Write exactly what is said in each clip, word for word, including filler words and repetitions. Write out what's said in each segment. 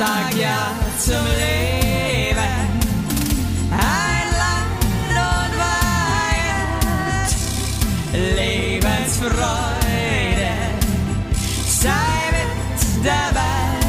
sag ja zum Leben. Ein Land und Weihend, Lebensfreude, sei mit dabei.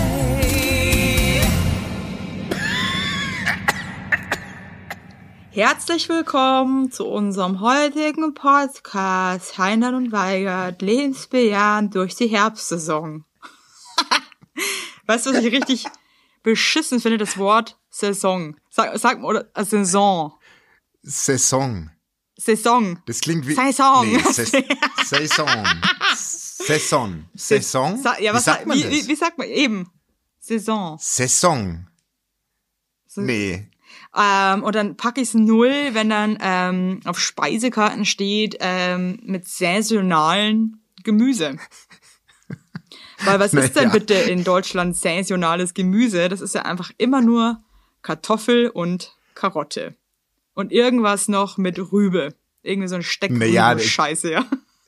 Herzlich willkommen zu unserem heutigen Podcast Heinlein und Weigert, lebensbejahend durch die Herbstsaison. Weißt du, was ich richtig beschissen finde? Das Wort Saison. Sag, sag mal, oder äh, Saison. Saison. Saison. Das klingt wie... Saison. Nee, Saison. Saison. Saison. Saison? Sa- ja, wie was sagt man wie, das? Wie, wie sagt man eben? Saison. Saison. Nee. Ähm, und dann packe ich es null, wenn dann ähm, auf Speisekarten steht ähm, mit saisonalen Gemüse. Weil was ist denn Naja. bitte in Deutschland saisonales Gemüse? Das ist ja einfach immer nur Kartoffel und Karotte. Und irgendwas noch mit Rübe. Irgendwie so ein Naja, das- Steckrübe-Scheiße, ja.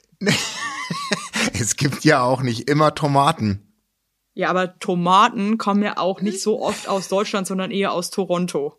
Es gibt ja auch nicht immer Tomaten. Ja, aber Tomaten kommen ja auch nicht so oft aus Deutschland, sondern eher aus Toronto.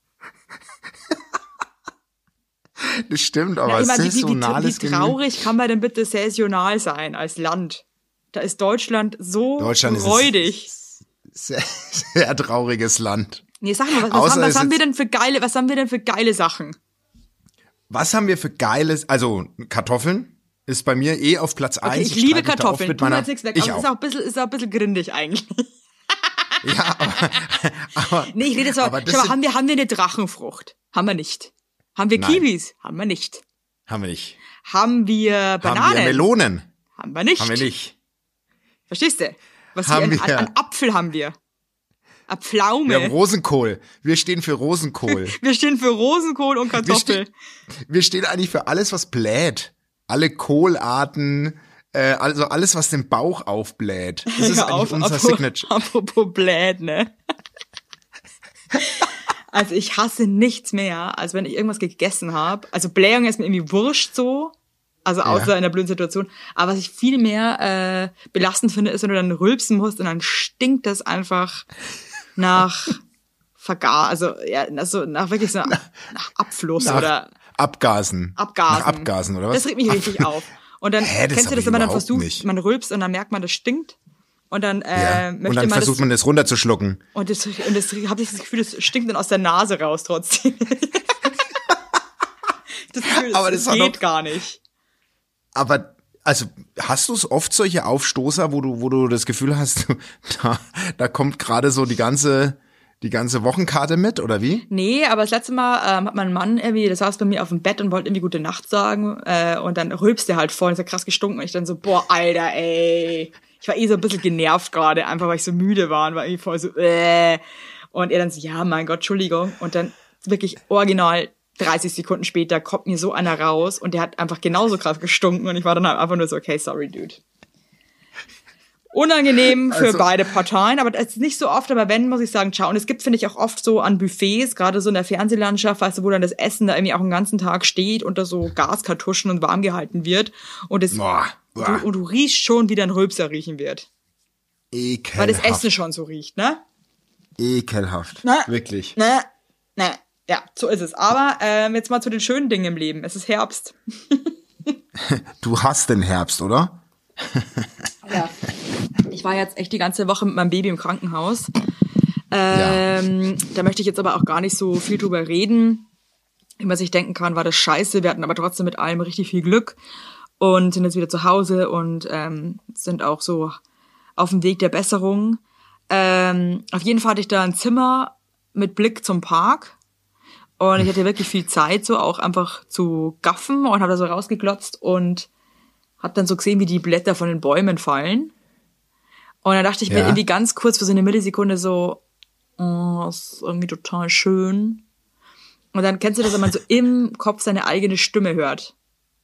Das stimmt, aber Ja, ich meine, wie, wie, saisonales wie, wie traurig kann man denn bitte saisonal sein als Land? Da ist Deutschland so Deutschland ist freudig. Sehr, sehr trauriges Land. Nee, sag mal, was, was, Außer haben, was es haben wir ist- denn für geile, was haben wir denn für geile Sachen? Was haben wir für geiles... Also, Kartoffeln ist bei mir eh auf Platz Okay, eins. ich liebe streite mich da oft Kartoffeln. Mit Tu mir meiner, jetzt nichts weg. ich Aber es auch. ist auch ein bisschen, ist auch ein bisschen grindig eigentlich. Ja, aber, aber, Nee, ich rede jetzt aber aber, das schau mal, sind- haben wir, haben wir eine Drachenfrucht? Haben wir nicht. Haben wir Nein. Kiwis? Haben wir nicht. haben wir nicht. Haben wir Bananen? Haben wir Melonen? Haben wir nicht. Haben wir nicht. Verstehst du? Was Haben wir, an, wir. an, an Apfel haben wir. An Pflaume. Wir haben Rosenkohl. Wir stehen für Rosenkohl. Wir stehen für Rosenkohl und Wir, Kartoffel. ste wir stehen eigentlich für alles, was bläht. Alle Kohlarten, äh, also alles, was den Bauch aufbläht. Das ist Hör eigentlich auf, unser apropos- Signature. Apropos Bläd, ne? Also ich hasse nichts mehr, als wenn ich irgendwas gegessen habe. Also Blähung ist mir irgendwie wurscht so. Also außer Ja. in einer blöden Situation. Aber was ich viel mehr äh, belastend finde, ist, wenn du dann rülpsen musst und dann stinkt das einfach nach Vergar, also ja, also nach wirklich so nach, nach Abfluss Nach oder Abgasen. Abgasen. Nach Abgasen, oder was? Das regt mich richtig auf. Und dann Hä, das kennst hab du das, ich wenn man dann überhaupt versucht, nicht. man rülpst und dann merkt man, das stinkt. Und dann äh, Ja. möchte Und dann man versucht das, man das runterzuschlucken. und das und das habe ich das Gefühl, das stinkt dann aus der Nase raus trotzdem. Das Gefühl, Aber das, das war geht doch- gar nicht. Aber, also, hast du es oft solche Aufstoßer, wo du, wo du das Gefühl hast, da, da kommt gerade so die ganze, die ganze Wochenkarte mit, oder wie? Nee, aber das letzte Mal ähm, hat mein Mann irgendwie, der saß bei mir auf dem Bett und wollte irgendwie gute Nacht sagen äh, und dann rülpst der halt voll und ist ja krass gestunken und ich dann so, boah, Alter, ey. Ich war eh so ein bisschen genervt gerade, einfach weil ich so müde war und war irgendwie voll so, äh. Und er dann so, ja, mein Gott, Entschuldigung. Und dann wirklich original dreißig Sekunden später kommt mir so einer raus und der hat einfach genauso krass gestunken und ich war dann halt einfach nur so, okay, sorry, dude. Unangenehm für Also- beide Parteien, aber das ist nicht so oft, aber wenn, muss ich sagen, ciao. Und es gibt, finde ich, auch oft so an Buffets, gerade so in der Fernsehlandschaft, weißt du, wo dann das Essen da irgendwie auch den ganzen Tag steht und da so Gaskartuschen und warm gehalten wird und es, Boah, du, boah. und du riechst schon, wie dein Rülpser riechen wird. Ekelhaft. Weil das Essen schon so riecht, ne? Ekelhaft. Ne? Wirklich. Ne, ne, ja, so ist es. Aber ähm, jetzt mal zu den schönen Dingen im Leben. Es ist Herbst. Du hast den Herbst, oder? Ja. Ich war jetzt echt die ganze Woche mit meinem Baby im Krankenhaus. Ähm, Da möchte ich jetzt aber auch gar nicht so viel drüber reden. Wie man sich denken kann, war das scheiße. Wir hatten aber trotzdem mit allem richtig viel Glück und sind jetzt wieder zu Hause und ähm, sind auch so auf dem Weg der Besserung. Ähm, auf jeden Fall hatte ich da ein Zimmer mit Blick zum Park. Und ich hatte wirklich viel Zeit, so auch einfach zu gaffen und habe da so rausgeglotzt und habe dann so gesehen, wie die Blätter von den Bäumen fallen. Und dann dachte ich mir Ja. irgendwie ganz kurz für so eine Millisekunde so, oh, das ist irgendwie total schön. Und dann kennst du das, wenn man so im Kopf seine eigene Stimme hört.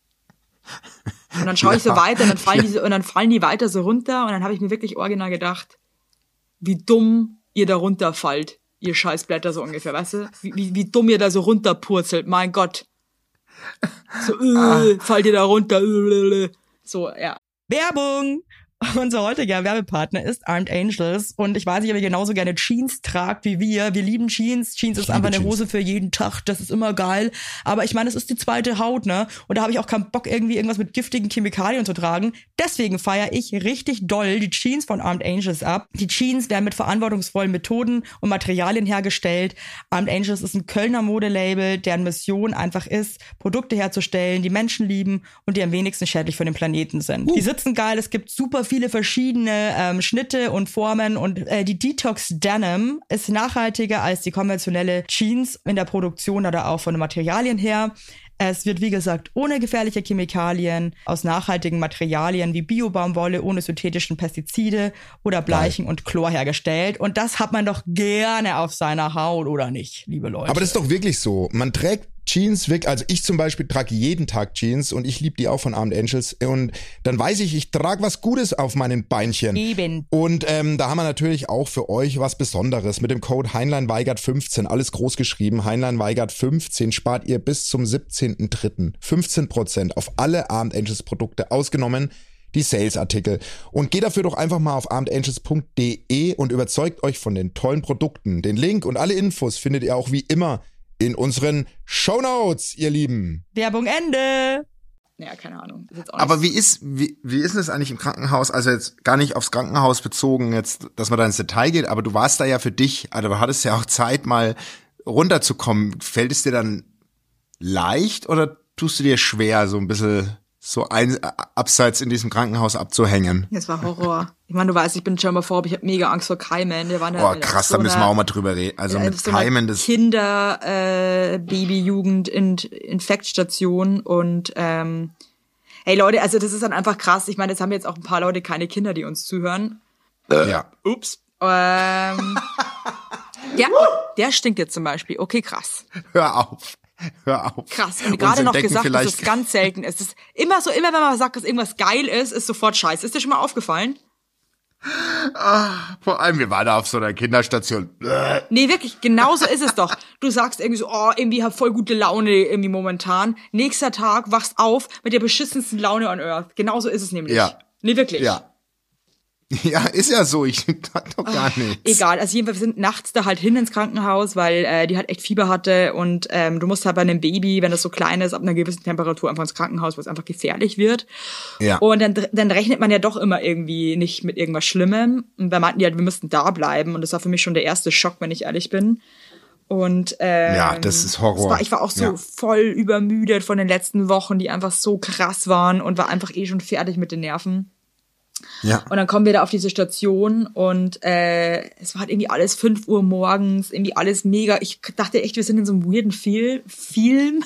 Und dann schaue ich so Ja. weiter und dann fallen die so, und dann fallen die weiter so runter und dann habe ich mir wirklich original gedacht, wie dumm ihr da runterfallt, ihr Scheißblätter so ungefähr, weißt du? Wie, wie, wie dumm ihr da so runterpurzelt, mein Gott. So, äh, fallt ihr da runter, äh, so, ja. Werbung! Unser heutiger Werbepartner ist Armed Angels und ich weiß nicht, ob ihr genauso gerne Jeans tragt wie wir. Wir lieben Jeans. Jeans ist einfach eine Hose für jeden Tag. Das ist immer geil. Aber ich meine, es ist die zweite Haut, ne? Und da habe ich auch keinen Bock, irgendwie irgendwas mit giftigen Chemikalien zu tragen. Deswegen feiere ich richtig doll die Jeans von Armed Angels ab. Die Jeans werden mit verantwortungsvollen Methoden und Materialien hergestellt. Armed Angels ist ein Kölner Modelabel, deren Mission einfach ist, Produkte herzustellen, die Menschen lieben und die am wenigsten schädlich für den Planeten sind. Uh. Die sitzen geil. Es gibt super viele verschiedene ähm, Schnitte und Formen und äh, die Detox Denim ist nachhaltiger als die konventionelle Jeans in der Produktion oder auch von den Materialien her. Es wird, wie gesagt, ohne gefährliche Chemikalien, aus nachhaltigen Materialien wie Bio-Baumwolle, ohne synthetischen Pestizide oder Bleichen und Chlor hergestellt. Und das hat man doch gerne auf seiner Haut, oder nicht, liebe Leute? Aber das ist doch wirklich so. Man trägt Jeans weg, also ich zum Beispiel trage jeden Tag Jeans und ich liebe die auch von Armed Angels und dann weiß ich, ich trage was Gutes auf meinen Beinchen. Eben. Und ähm, da haben wir natürlich auch für euch was Besonderes mit dem Code Heinlein Weigert fünfzehn, alles groß geschrieben, Heinlein Weigert fünfzehn, spart ihr bis zum siebzehnten dritten fünfzehn Prozent auf alle Armed Angels Produkte, ausgenommen die Sales-Artikel. Und geht dafür doch einfach mal auf armed angels punkt de und überzeugt euch von den tollen Produkten. Den Link und alle Infos findet ihr auch wie immer in unseren Shownotes, ihr Lieben. Werbung Ende. Ja, keine Ahnung. Ist jetzt auch Aber nicht wie ist, wie, wie ist es eigentlich im Krankenhaus? Also jetzt gar nicht aufs Krankenhaus bezogen, jetzt, dass man da ins Detail geht, aber du warst da ja für dich, also du hattest ja auch Zeit, mal runterzukommen. Fällt es dir dann leicht oder tust du dir schwer, so ein bisschen so ein, abseits in diesem Krankenhaus abzuhängen? Das war Horror. Ich meine, du weißt, ich bin germophob, ich habe mega Angst vor Keimen. Wir waren ja oh krass, so da müssen wir auch mal drüber reden. Also ja, mit so Keimen, das... Kinder, äh, Baby, Jugend, Int, Infektstation und ähm, hey Leute, also das ist dann einfach krass. Ich meine, jetzt haben jetzt auch ein paar Leute keine Kinder, die uns zuhören. Äh, ja. Ups. Ähm, der, der stinkt jetzt zum Beispiel. Okay, krass. Hör auf. Hör auf. Krass. Und gerade noch gesagt, dass es vielleicht... ganz selten ist. Es ist immer so, immer wenn man sagt, dass irgendwas geil ist, ist sofort scheiße. Ist dir schon mal aufgefallen? Ah, vor allem, wir waren da auf so einer Kinderstation. Nee, wirklich, genauso ist es doch. Du sagst irgendwie so, oh, irgendwie hab voll gute Laune irgendwie momentan. Nächster Tag wachst auf mit der beschissensten Laune on Earth. Genauso ist es nämlich. Ja. Nee, wirklich. Ja. Ja, ist ja so, ich sag doch gar oh, nichts. Egal, also jedenfalls wir sind nachts da halt hin ins Krankenhaus, weil äh, die halt echt Fieber hatte und ähm, du musst halt bei einem Baby, wenn das so klein ist, ab einer gewissen Temperatur einfach ins Krankenhaus, weil es einfach gefährlich wird. Ja. Und dann, dann rechnet man ja doch immer irgendwie nicht mit irgendwas Schlimmem. Und da meinten die halt, wir müssten da bleiben und das war für mich schon der erste Schock, wenn ich ehrlich bin. Und ähm, ja, das ist Horror. Das war, ich war auch so ja. voll übermüdet von den letzten Wochen, die einfach so krass waren und war einfach eh schon fertig mit den Nerven. Ja. Und dann kommen wir da auf diese Station und äh, es war halt irgendwie alles fünf Uhr morgens, irgendwie alles mega. Ich dachte echt, wir sind in so einem weirden Fil- Film.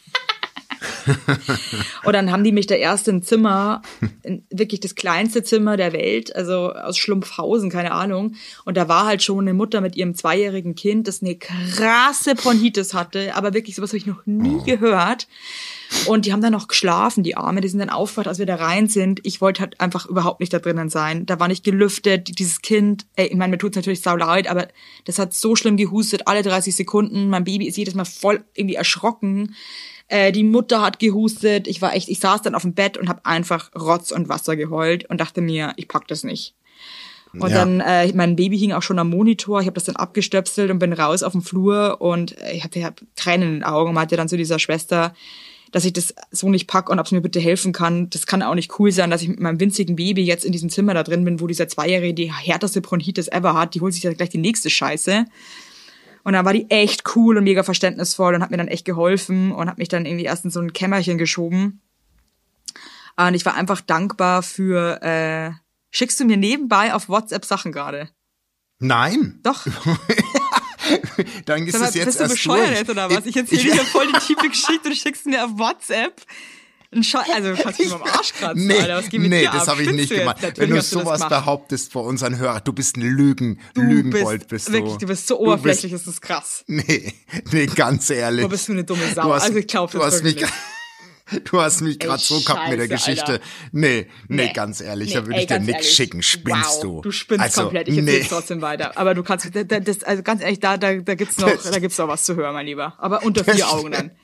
Und dann haben die mich da erst im Zimmer, in wirklich das kleinste Zimmer der Welt, also aus Schlumpfhausen, keine Ahnung. Und da war halt schon eine Mutter mit ihrem zweijährigen Kind, das eine krasse Bronchitis hatte, aber wirklich sowas habe ich noch nie oh. gehört. Und die haben dann noch geschlafen, die Arme, die sind dann aufgewacht, als wir da rein sind. Ich wollte halt einfach überhaupt nicht da drinnen sein. Da war nicht gelüftet, dieses Kind, ey, ich meine, mir tut's natürlich sau leid, aber das hat so schlimm gehustet, alle dreißig Sekunden. Mein Baby ist jedes Mal voll irgendwie erschrocken. Äh, die Mutter hat gehustet. Ich war echt, ich saß dann auf dem Bett und habe einfach Rotz und Wasser geheult und dachte mir, ich pack das nicht. Und ja. dann, äh, mein Baby hing auch schon am Monitor, ich habe das dann abgestöpselt und bin raus auf den Flur und ich hatte hab Tränen in den Augen und meinte dann zu dieser Schwester, dass ich das so nicht pack und ob es mir bitte helfen kann. Das kann auch nicht cool sein, dass ich mit meinem winzigen Baby jetzt in diesem Zimmer da drin bin, wo dieser Zweijährige die härteste Bronchitis ever hat. Die holt sich ja gleich die nächste Scheiße. Und dann war die echt cool und mega verständnisvoll und hat mir dann echt geholfen und hat mich dann irgendwie erst in so ein Kämmerchen geschoben. Und ich war einfach dankbar für, äh, schickst du mir nebenbei auf WhatsApp Sachen gerade? Nein. Doch. Dann ist mal, es jetzt bist du erst bescheuert durch. jetzt oder was? Ich erzähle dir voll die tiefe Geschichte, du schickst mir auf WhatsApp. Ein Sche- also du kannst mich mal am Arsch kratzen, nee, Alter. Was geht mit nee, dir das ab? habe ich nicht Spinnst du gemacht. jetzt? Wenn du Natürlich hast sowas das gemacht. behauptest vor unseren Hörern, du bist ein Lügen, Du Lügenbold bist du. Wirklich, du bist so oberflächlich, das ist krass. Nee, nee, ganz ehrlich. Wo bist du eine dumme Sau? Du hast, also ich glaube du das hast wirklich mich, nicht. Du hast mich gerade Ey, so gehabt mit der Scheiße, Geschichte. Alter. Nee, nee, Nee. ganz ehrlich, Nee, da würde ey, ich dir ganz nix ehrlich. schicken. Spinnst wow, du? Du spinnst also, komplett. Ich nee. erzähl's trotzdem weiter. Aber du kannst, da, da, das, also ganz ehrlich, da, da, da gibt's noch, da gibt's noch was zu hören, mein Lieber. Aber unter vier Augen dann.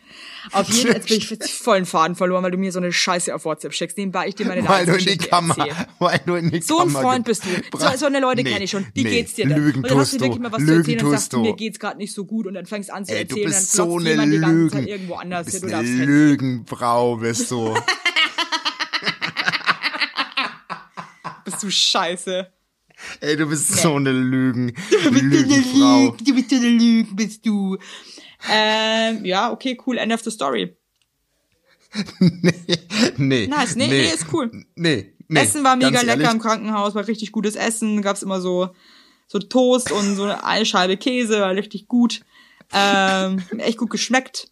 Auf jeden Fall, jetzt bin ich vollen Faden verloren, weil du mir so eine Scheiße auf WhatsApp schickst. Nebenbei ich dir meine Weil du in die Geschichte Kamera, erzähle. weil du in die So ein Kamera Freund bist du. So, so eine Leute Nee, kenne ich schon. Wie nee, geht's dir denn? Lügen und dann hast tust du wirklich du. mal was zu Lügen erzählen und tust sagst, du, du. mir geht's gerade nicht so gut und dann fängst an zu Ey, du erzählen bist und dann so klopft eine jemand die ganze Zeit Lügen. irgendwo anders Du hin. bist Du darfst eine Handy. Lügenfrau, bist du. Bist du scheiße. Ey, du bist so eine Lügen, Lügenfrau. Du bist so eine Lüge, bist du. Ähm, ja, okay, cool, end of the story. nee, nee, Nice, nee, nee, ist cool. Nee, nee. Essen war mega ganz lecker ehrlich, im Krankenhaus, war richtig gutes Essen, gab's immer so so Toast und so eine Scheibe Käse, war richtig gut. Ähm, echt gut geschmeckt.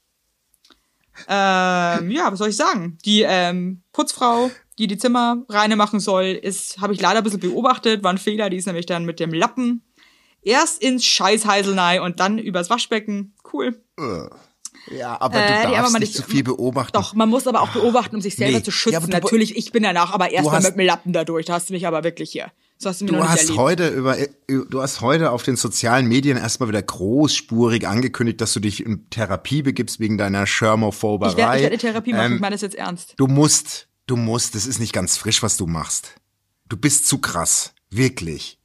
Ähm, ja, was soll ich sagen? Die ähm, Putzfrau, die die Zimmer reine machen soll, ist, habe ich leider ein bisschen beobachtet, war ein Fehler, die ist nämlich dann mit dem Lappen erst ins Scheißheiselnei und dann übers Waschbecken. Cool. Ja, aber Äh, du die darfst aber mal nicht nicht- zu viel beobachten. Doch, man muss aber auch beobachten, um sich selber Nee. zu schützen. Ja, aber du- Natürlich, ich bin danach aber erstmal hast- mit dem Lappen dadurch. Da hast du mich aber wirklich hier. Das hast du mir Du noch nicht hast erlebt. heute über, du hast heute auf den sozialen Medien erstmal wieder großspurig angekündigt, dass du dich in Therapie begibst wegen deiner Schirmophoberei. Ich werde werd eine Therapie machen, Ähm, ich meine das jetzt ernst. Du musst, du musst, das ist nicht ganz frisch, was du machst. Du bist zu krass. Wirklich.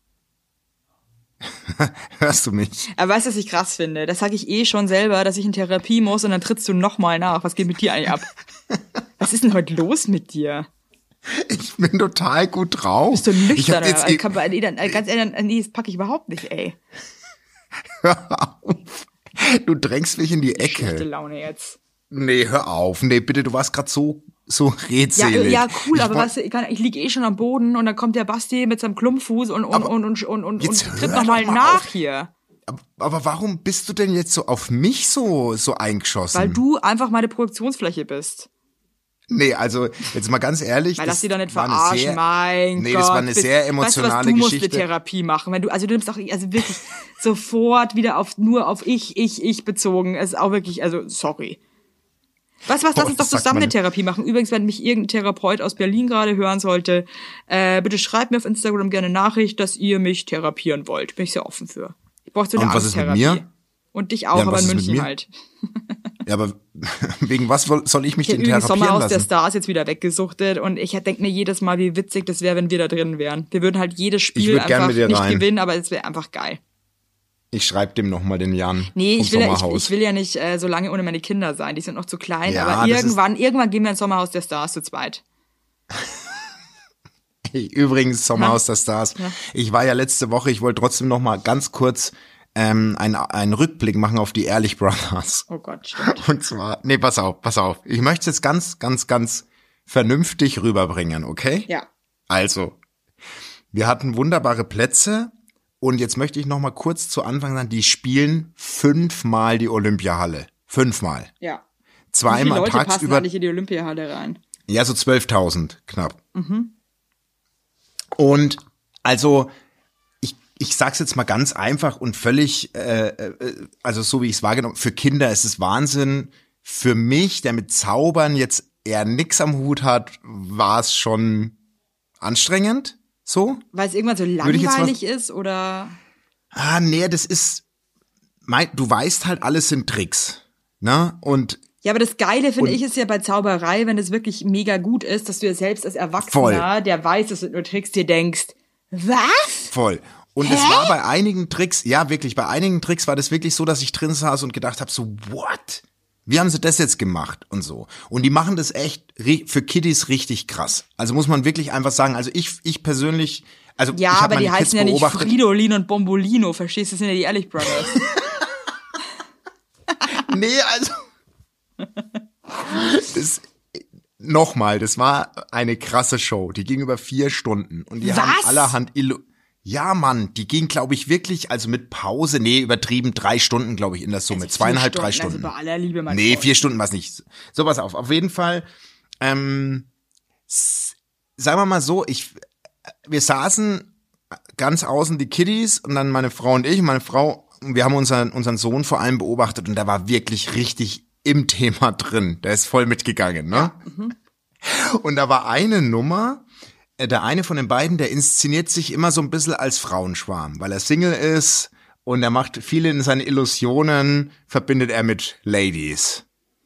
Hörst du mich? Aber weißt du, was ich krass finde? Das sage ich eh schon selber, dass ich in Therapie muss und dann trittst du nochmal nach. Was geht mit dir eigentlich ab? Was ist denn heute los mit dir? Ich bin total gut drauf. Bist du Ich nüchtern? hab jetzt, Oder? Kann, nee, dann, ganz ehrlich, nee, das packe ich überhaupt nicht, ey. hör auf. Du drängst mich in die Schlechte Ecke. Laune jetzt. Nee, hör auf. Nee, bitte, du warst gerade so, so Ja, redselig. ja, cool, Ich aber woll- weißt du, ich, kann- ich liege eh schon am Boden und dann kommt der Basti mit seinem Klumpfuß und, und, Aber und, und, und, und, jetzt und tritt hör nochmal doch mal nach auf. hier. Aber, aber warum bist du denn jetzt so auf mich so, so eingeschossen? Weil du einfach meine Projektionsfläche bist. Nee, also, jetzt mal ganz ehrlich. Weil das lass dich doch nicht war eine verarschen, sehr, mein Nee, Gott. das war eine Bist- sehr emotionale weißt du was, du musst Geschichte. eine Therapie machen. Wenn du, also du nimmst auch, also wirklich sofort wieder auf, nur auf ich, ich, ich bezogen. Es ist auch wirklich, also, sorry. Weißt du was, lass Oh, uns doch das sagt zusammen eine meine- Therapie machen. Übrigens, wenn mich irgendein Therapeut aus Berlin gerade hören sollte, äh, bitte schreibt mir auf Instagram gerne Nachricht, dass ihr mich therapieren wollt. Bin ich sehr offen für. Ich brauche so eine Und was ist mit Angsttherapie. mir? Und dich auch, Ja, und aber was in ist mit München mir? halt. Ja, aber wegen was woll- soll ich mich Ich habe denn übrigens therapieren Sommerhaus der lassen? Stars jetzt wieder weggesuchtet und ich denke mir jedes Mal, wie witzig das wäre, wenn wir da drin wären. Wir würden halt jedes Spiel würd gern einfach mit dir nicht rein. gewinnen, aber es wäre einfach geil. Ich schreib dem nochmal den Jan. Nee, vom ich will, ja, ich, Sommerhaus. ich will ja nicht äh, so lange ohne meine Kinder sein. Die sind noch zu klein, Ja, aber das ist- irgendwann, irgendwann gehen wir ins Sommerhaus der Stars zu zweit. Hey, übrigens, Sommerhaus der Stars. Ja. Ich war ja letzte Woche, ich wollte trotzdem noch mal ganz kurz ähm, einen, einen Rückblick machen auf die Ehrlich Brothers. Oh Gott, stimmt. Und zwar, nee, pass auf, pass auf. Ich möchte es jetzt ganz, ganz, ganz vernünftig rüberbringen, okay? Ja. Also, wir hatten wunderbare Plätze und jetzt möchte ich noch mal kurz zu Anfang sagen, die spielen fünfmal die Olympiahalle. Fünfmal. Ja. Wie viele Zweimal Leute passen tagsüber. eigentlich in die Olympiahalle rein? Ja, so zwölftausend knapp. Und also, ich, ich sag's jetzt mal ganz einfach und völlig, äh, äh, also so wie ich es wahrgenommen, für Kinder ist es Wahnsinn. Für mich, der mit Zaubern jetzt eher nix am Hut hat, war es schon anstrengend, so. Weil es irgendwann so Würde ich jetzt langweilig ist oder... Ah, nee, das ist, mein, du weißt halt, alles sind Tricks, ne? Und Ja, aber das Geile, finde Und- ich, ist ja bei Zauberei, wenn es wirklich mega gut ist, dass du ja selbst als Erwachsener, Voll. der weiß, es sind nur Tricks, dir denkst, was? voll. Und es war bei einigen Tricks, ja wirklich, bei einigen Tricks war das wirklich so, dass ich drin saß und gedacht habe, so, what? Wie haben sie das jetzt gemacht und so? Und die machen das echt ri- für Kiddies richtig krass. Also muss man wirklich einfach sagen, also ich, ich persönlich, also Ja, ich hab aber meine die Kids heißen ja nicht beobachtet. Fridolin und Bombolino, verstehst du? Das sind ja die Ehrlich Brothers. Nee, also. Das, nochmal, das war eine krasse Show. Die ging über vier Stunden. Und die haben Was? allerhand Illu Ja, Mann, die ging, glaube ich, wirklich, also mit Pause, nee, übertrieben, drei Stunden, glaube ich, in der Summe. Also Zweieinhalb, vier drei Stunden, Stunden. Also bei aller Liebe, mein Nee, Freund. vier Stunden war es nicht. So, pass auf. Auf jeden Fall, ähm, s- sagen wir mal so, ich, wir saßen ganz außen die Kiddies und dann meine Frau und ich, meine Frau, wir haben unseren, unseren Sohn vor allem beobachtet und der war wirklich richtig im Thema drin. Der ist voll mitgegangen, ne? Und da war eine Nummer, äh, der eine von den beiden, der inszeniert sich immer so ein bisschen als Frauenschwarm, weil er Single ist und er macht viele in seine Illusionen, verbindet er mit Ladies.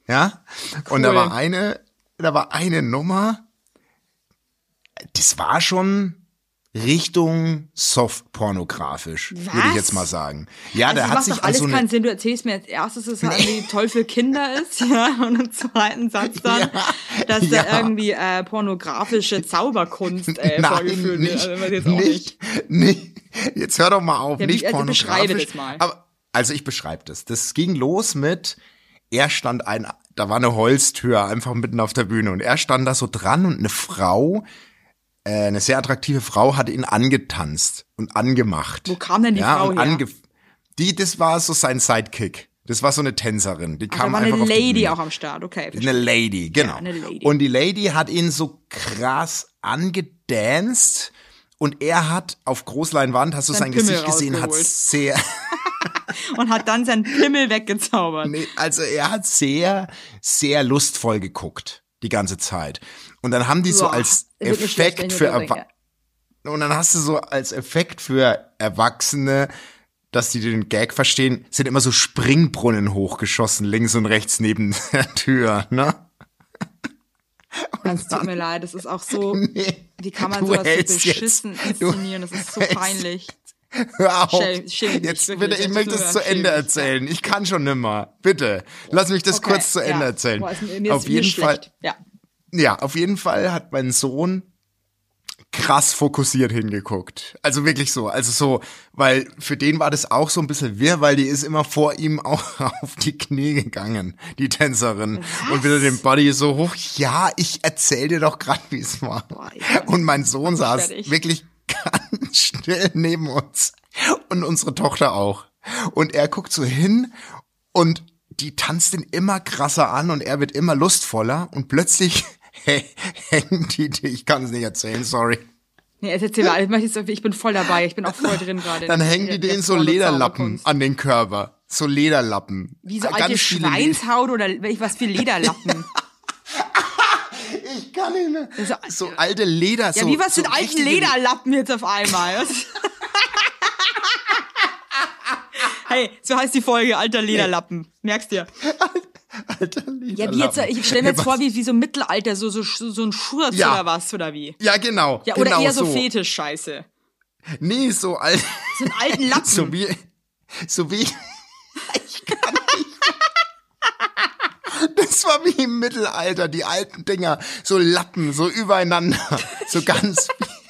Ja? Und da war eine, da war eine Nummer, das war schon Richtung soft-pornografisch, würde ich jetzt mal sagen. Ja, Also der das hat macht sich doch alles also eine, keinen Sinn. Du erzählst mir als erstes, dass es irgendwie toll für Kinder ist, ja, und im zweiten Satz dann, Ja, dass ja. da irgendwie äh, pornografische Zauberkunst äh, Nein, vorgeführt wird. nicht, Also, jetzt auch nicht. nicht, nicht, jetzt hör doch mal auf, Ja, wie- nicht also pornografisch. beschreibe das mal. Aber, also ich beschreibe das. Das ging los mit, er stand ein, da war eine Holztür einfach mitten auf der Bühne und er stand da so dran und eine Frau, äh, eine sehr attraktive Frau hat ihn angetanzt und angemacht. Wo kam denn die ja, Frau und her? ange- Die, das war so sein Sidekick. Das war so eine Tänzerin. Die Ach, kam da war einfach eine auf die Lady Bühne. auch am Start, okay. Eine Lady, genau. Ja, eine Lady. Und die Lady hat ihn so krass angedanced und er hat auf Großleinwand, hast du Sein sein Pimmel Gesicht gesehen, hat rausgeholt. sehr, Und hat dann seinen Pimmel weggezaubert. nee, also er hat sehr, sehr lustvoll geguckt, die ganze Zeit. Und dann haben die so Boah, als es wird mir schlecht, wenn Effekt ich für mir das Erwa- denke. Und dann hast du so als Effekt für Erwachsene, dass die den Gag verstehen, sind immer so Springbrunnen hochgeschossen, links und rechts neben der Tür, ne? Es tut mir leid, das ist auch so, Nee, wie kann man du sowas so hältst jetzt- beschissen du inszenieren, das ist so hältst- peinlich. Hör auf. Schäm- schäm dich, Jetzt wirklich. bitte, ich Jetzt möchte tut es mir zu leid, Ende schäm dich, erzählen. Ich kann schon nimmer. Bitte, lass mich das Okay, kurz zu Ende ja. erzählen. Boah, ist mir- mir auf ist- mir jeden ist Fall, schlecht. Ja. ja, auf jeden Fall hat mein Sohn krass fokussiert hingeguckt. Also wirklich so, also so, weil für den war das auch so ein bisschen wirr, weil die ist immer vor ihm auch auf die Knie gegangen, die Tänzerin. Was? Und wieder den Body so hoch. Ja, ich erzähl dir doch gerade, wie es war. Boah, ey. Und mein Sohn saß fertig. wirklich ganz still neben uns. Und unsere Tochter auch. Und er guckt so hin und die tanzt ihn immer krasser an und er wird immer lustvoller und plötzlich hey, hängen die, die, ich kann es nicht erzählen, sorry. Nee, jetzt erzähl mal, ich möchte jetzt- ich bin voll dabei, ich bin auch voll drin gerade. Dann in hängen der- die der denen so Porno- Lederlappen Zauberkunst. an den Körper. So Lederlappen. Wie so Ganz alte viele Leder- Schweinshaut oder was für Lederlappen. Ich kann nicht mehr. Also, So alte Leder. Ja, so, wie was so sind alten richtige- Lederlappen jetzt auf einmal? Was? Hey, so heißt die Folge, alter Lederlappen. Merkst dir? Alter Lederlappen. Ja, wie jetzt, ich stelle mir jetzt Was- vor, wie, wie so Mittelalter, so, so, so ein Schurz Ja. oder was, oder wie? Ja, genau. Ja, oder genau eher so, so Fetisch-Scheiße. Nee, so alt. So einen alten Lappen. So wie, so wie, ich kann nicht. Das war wie im Mittelalter, die alten Dinger, so Lappen, so übereinander, so ganz,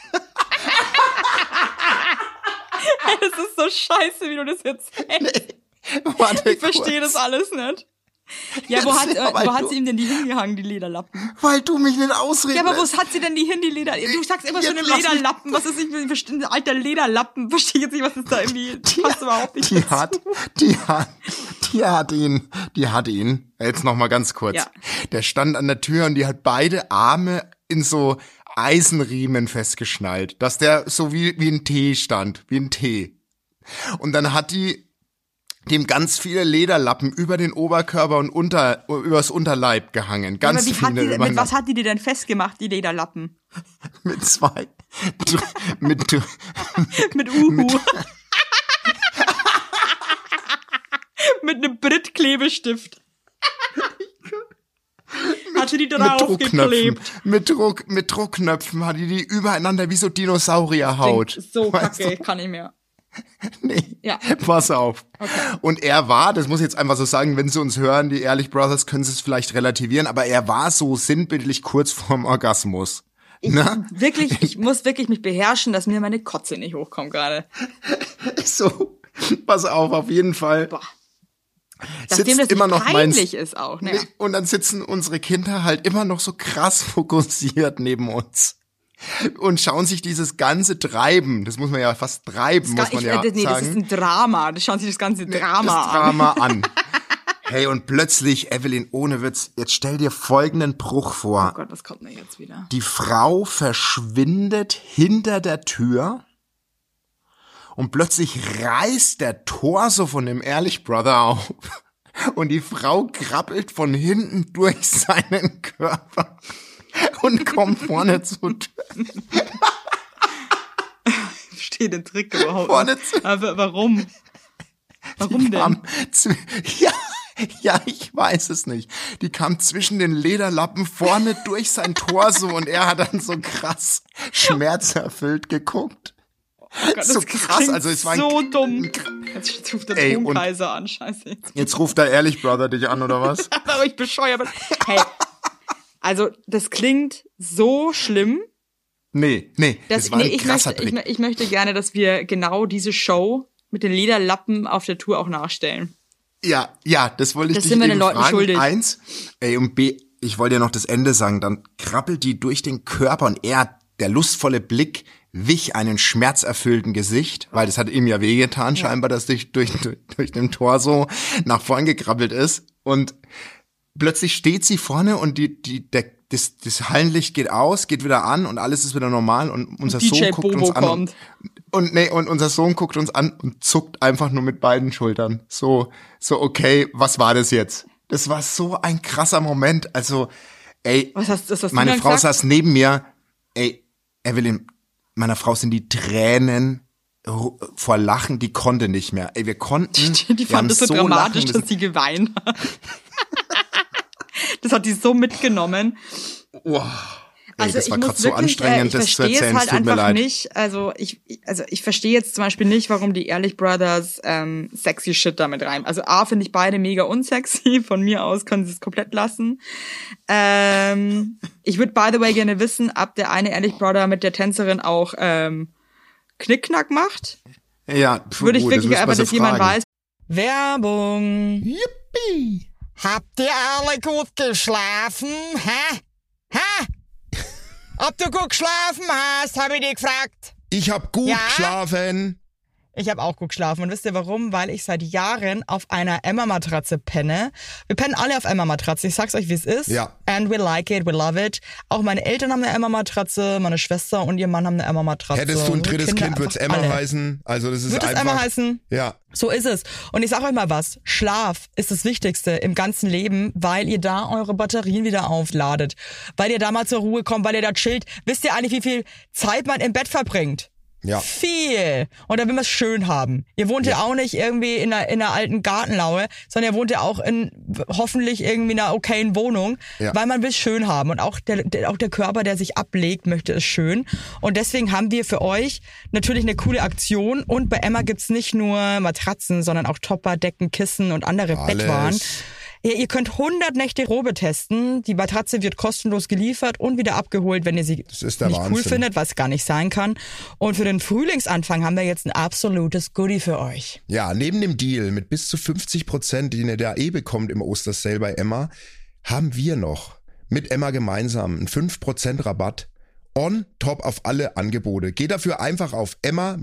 Das ist so scheiße, wie du das jetzt erzählst. warte Ich verstehe das alles nicht. Ja, wo Jetzt, hat, äh, ja, weil wo hat du- sie ihm denn die hingehangen, die Lederlappen? weil du mich nicht ausreden Ja, aber wo lässt. hat sie denn die hin, die Leder... Du sagst immer so Jetzt eine lass mich- Lederlappen. Was ist nicht, ich verstehe, ein alter Lederlappen. Verstehe jetzt nicht, was ist da irgendwie... Passt überhaupt nicht Die dazu. hat, die hat, die hat ihn, die hat ihn, jetzt noch mal ganz kurz. Ja. Der stand an der Tür und die hat beide Arme in so Eisenriemen festgeschnallt, dass der so wie, wie ein T stand, wie ein T. Und dann hat die dem ganz viele Lederlappen über den Oberkörper und unter, übers Unterleib gehangen. Ja, Ganz aber wie viele hat die, mit übereinander. was hat die dir denn festgemacht, die Lederlappen? Mit zwei. mit, Mit Uhu. Mit einem Brit-Klebestift. Hatte die mit drauf Druckknöpfen. geklebt. Mit Druck, mit Druckknöpfen hatte die übereinander wie so Dinosaurierhaut. So Weißt kacke, du? kann ich mehr. Nee. Ja. Pass auf. Und er war, das muss ich jetzt einfach so sagen, wenn sie uns hören, die Ehrlich Brothers, können sie es vielleicht relativieren, aber er war so sinnbildlich kurz vorm Orgasmus. Na? Wirklich, ich muss wirklich mich beherrschen, dass mir meine Kotze nicht hochkommt gerade. So, pass auf, auf jeden Fall. Boah. Dass dem das immer nicht noch mein- peinlich ist auch. Ne? Nee, und dann sitzen unsere Kinder halt immer noch so krass fokussiert neben uns. Und schauen sich dieses ganze Treiben, das muss man ja fast treiben, muss man ich, ja äh, nee, das sagen. ist ein Drama. Das schauen sich das ganze Drama das an. Drama an. Hey, und plötzlich, Evelyn, ohne Witz, jetzt stell dir folgenden Bruch vor. Oh Gott, was kommt denn jetzt wieder? Die Frau verschwindet hinter der Tür und plötzlich reißt der Torso von dem Ehrlich Brother auf und die Frau krabbelt von hinten durch seinen Körper und kommt vorne zur Tür. Ich verstehe den Trick überhaupt Vorne nicht. zu- Aber warum? Warum denn? Am- zu- Ja, Ja, ich weiß es nicht. Die kam zwischen den Lederlappen vorne durch sein Torso und er hat dann so krass schmerzerfüllt geguckt. Oh Gott, so das krass, klingt also es war so ein, dumm. Jetzt ruft der Ey, und- Tonkaiser an, scheiße. Jetzt ruft der Ehrlich Brother dich an, oder was? Aber ich bescheuert bin. Hey, also das klingt so schlimm. Nee, nee, Dass, das war nee, ein ich, krasser möchte, ich, Trick. mö- ich möchte gerne, dass wir genau diese Show mit den Lederlappen auf der Tour auch nachstellen. Ja, ja, das wollte ich Das dich sind wir eben den Leuten fragen. schuldig. Eins, ey, und B, ich wollte dir noch das Ende sagen, dann krabbelt die durch den Körper und er, der lustvolle Blick, wich einen schmerzerfüllten Gesicht, weil das hat ihm ja wehgetan, scheinbar, dass durch, durch, durch den Torso nach vorn gekrabbelt ist und plötzlich steht sie vorne und die, die, der, das, das Hallenlicht geht aus, geht wieder an und alles ist wieder normal und unser D J Sohn guckt Bobo uns an. kommt. Und, und nee, und unser Sohn guckt uns an und zuckt einfach nur mit beiden Schultern. So, so, okay, was war das jetzt? Das war so ein krasser Moment. Also, ey, Was hast, was hast meine du dann Frau gesagt? saß neben mir. Ey, Evelyn, meiner Frau sind die Tränen ru- vor Lachen, die konnte nicht mehr. Ey, wir konnten. Die, die wir haben fand es so lachen dramatisch, müssen. dass sie geweint hat. Das hat die so mitgenommen. Ey, Also das ich war muss gerade so wirklich, anstrengend, äh, das ich zu verstehe erzählen. es Es halt tut mir einfach leid. nicht. Also ich, also ich verstehe jetzt zum Beispiel nicht, warum die Ehrlich Brothers ähm, sexy Shit damit rein. Also A, finde ich beide mega unsexy. Von mir aus können sie es komplett lassen. Ähm, ich würde by the way gerne wissen, ob der eine Ehrlich Brother mit der Tänzerin auch ähm, Knickknack macht. Ja, pf, Würde ich gut, das wirklich müssen wir einfach, sie dass jemand fragen. weiß. Werbung. Yippie. Habt ihr alle gut geschlafen? Hä? Hä? Ob du gut geschlafen hast, habe ich dich gefragt. Ich hab gut Ja? geschlafen. Ich habe auch gut geschlafen. Und wisst ihr warum? Weil ich seit Jahren auf einer Emma-Matratze penne. Wir pennen alle auf Emma-Matratze. Ich sag's euch, wie es ist. Ja. And we like it, we love it. Auch meine Eltern haben eine Emma-Matratze, meine Schwester und ihr Mann haben eine Emma-Matratze. Hättest du ein Unsere drittes Kinder Kind, wird's einfach Emma alle. heißen. Also das ist Wird es einfach. Emma heißen? Ja. So ist es. Und ich sag euch mal was. Schlaf ist das Wichtigste im ganzen Leben, weil ihr da eure Batterien wieder aufladet. Weil ihr da mal zur Ruhe kommt, weil ihr da chillt. Wisst ihr eigentlich, wie viel Zeit man im Bett verbringt? Ja. Viel. Und da will man es schön haben. Ihr wohnt ja auch nicht irgendwie in einer, in einer alten Gartenlaue, sondern ihr wohnt ja auch in hoffentlich irgendwie einer okayen Wohnung, Ja. weil man will es schön haben. Und auch der, der, auch der Körper, der sich ablegt, möchte es schön. Und deswegen haben wir für euch natürlich eine coole Aktion. Und bei Emma gibt's nicht nur Matratzen, sondern auch Topper, Decken, Kissen und andere Alles. Bettwaren. Ja, ihr könnt hundert Nächte Probe testen. Die Matratze wird kostenlos geliefert und wieder abgeholt, wenn ihr sie Das ist der nicht cool Wahnsinn. findet, was gar nicht sein kann. Und für den Frühlingsanfang haben wir jetzt ein absolutes Goodie für euch. Ja, neben dem Deal mit bis zu fünfzig Prozent, den ihr da eh bekommt im Ostersale bei Emma, haben wir noch mit Emma gemeinsam einen fünf Prozent Rabatt on top auf alle Angebote. Geht dafür einfach auf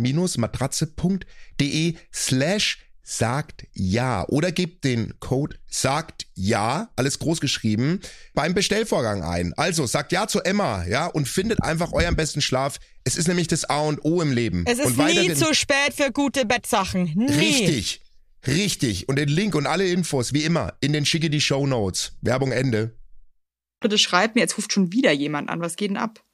emma-matratze.de slash sagt ja oder gebt den Code sagt ja, alles groß geschrieben, beim Bestellvorgang ein. Also sagt ja zu Emma, ja, und findet einfach euren besten Schlaf. Es ist nämlich das A und O im Leben. Es ist und nie weiterhin- zu spät für gute Bettsachen. Nie. Richtig, richtig. Und den Link und alle Infos, wie immer, in den schicke die Shownotes. Werbung Ende. Bitte schreibt mir, jetzt ruft schon wieder jemand an. Was geht denn ab?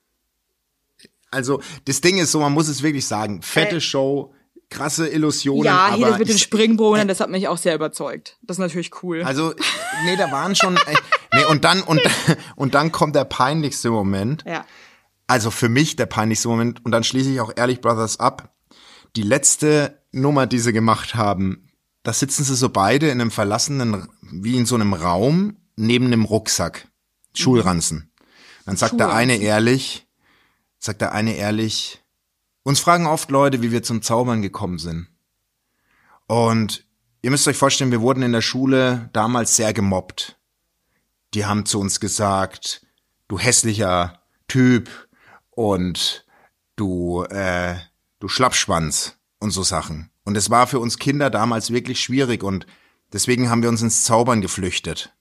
Also, das Ding ist so, man muss es wirklich sagen, fette Äh. Show, krasse Illusionen, Ja, hier aber das mit den ich- Springbrunnen, das hat mich auch sehr überzeugt. Das ist natürlich cool. Also, nee, da waren schon, äh, nee, und dann, und, und dann kommt der peinlichste Moment. ja. Also für mich der peinlichste Moment. Und dann schließe ich auch Ehrlich Brothers ab. Die letzte Nummer, die sie gemacht haben, da sitzen sie so beide in einem verlassenen, wie in so einem Raum, neben einem Rucksack. Schulranzen. Dann sagt der eine ehrlich, sagt der eine ehrlich, uns fragen oft Leute, wie wir zum Zaubern gekommen sind. Und ihr müsst euch vorstellen, wir wurden in der Schule damals sehr gemobbt. Die haben zu uns gesagt, du hässlicher Typ und du, äh, du Schlappschwanz und so Sachen. Und es war für uns Kinder damals wirklich schwierig und deswegen haben wir uns ins Zaubern geflüchtet.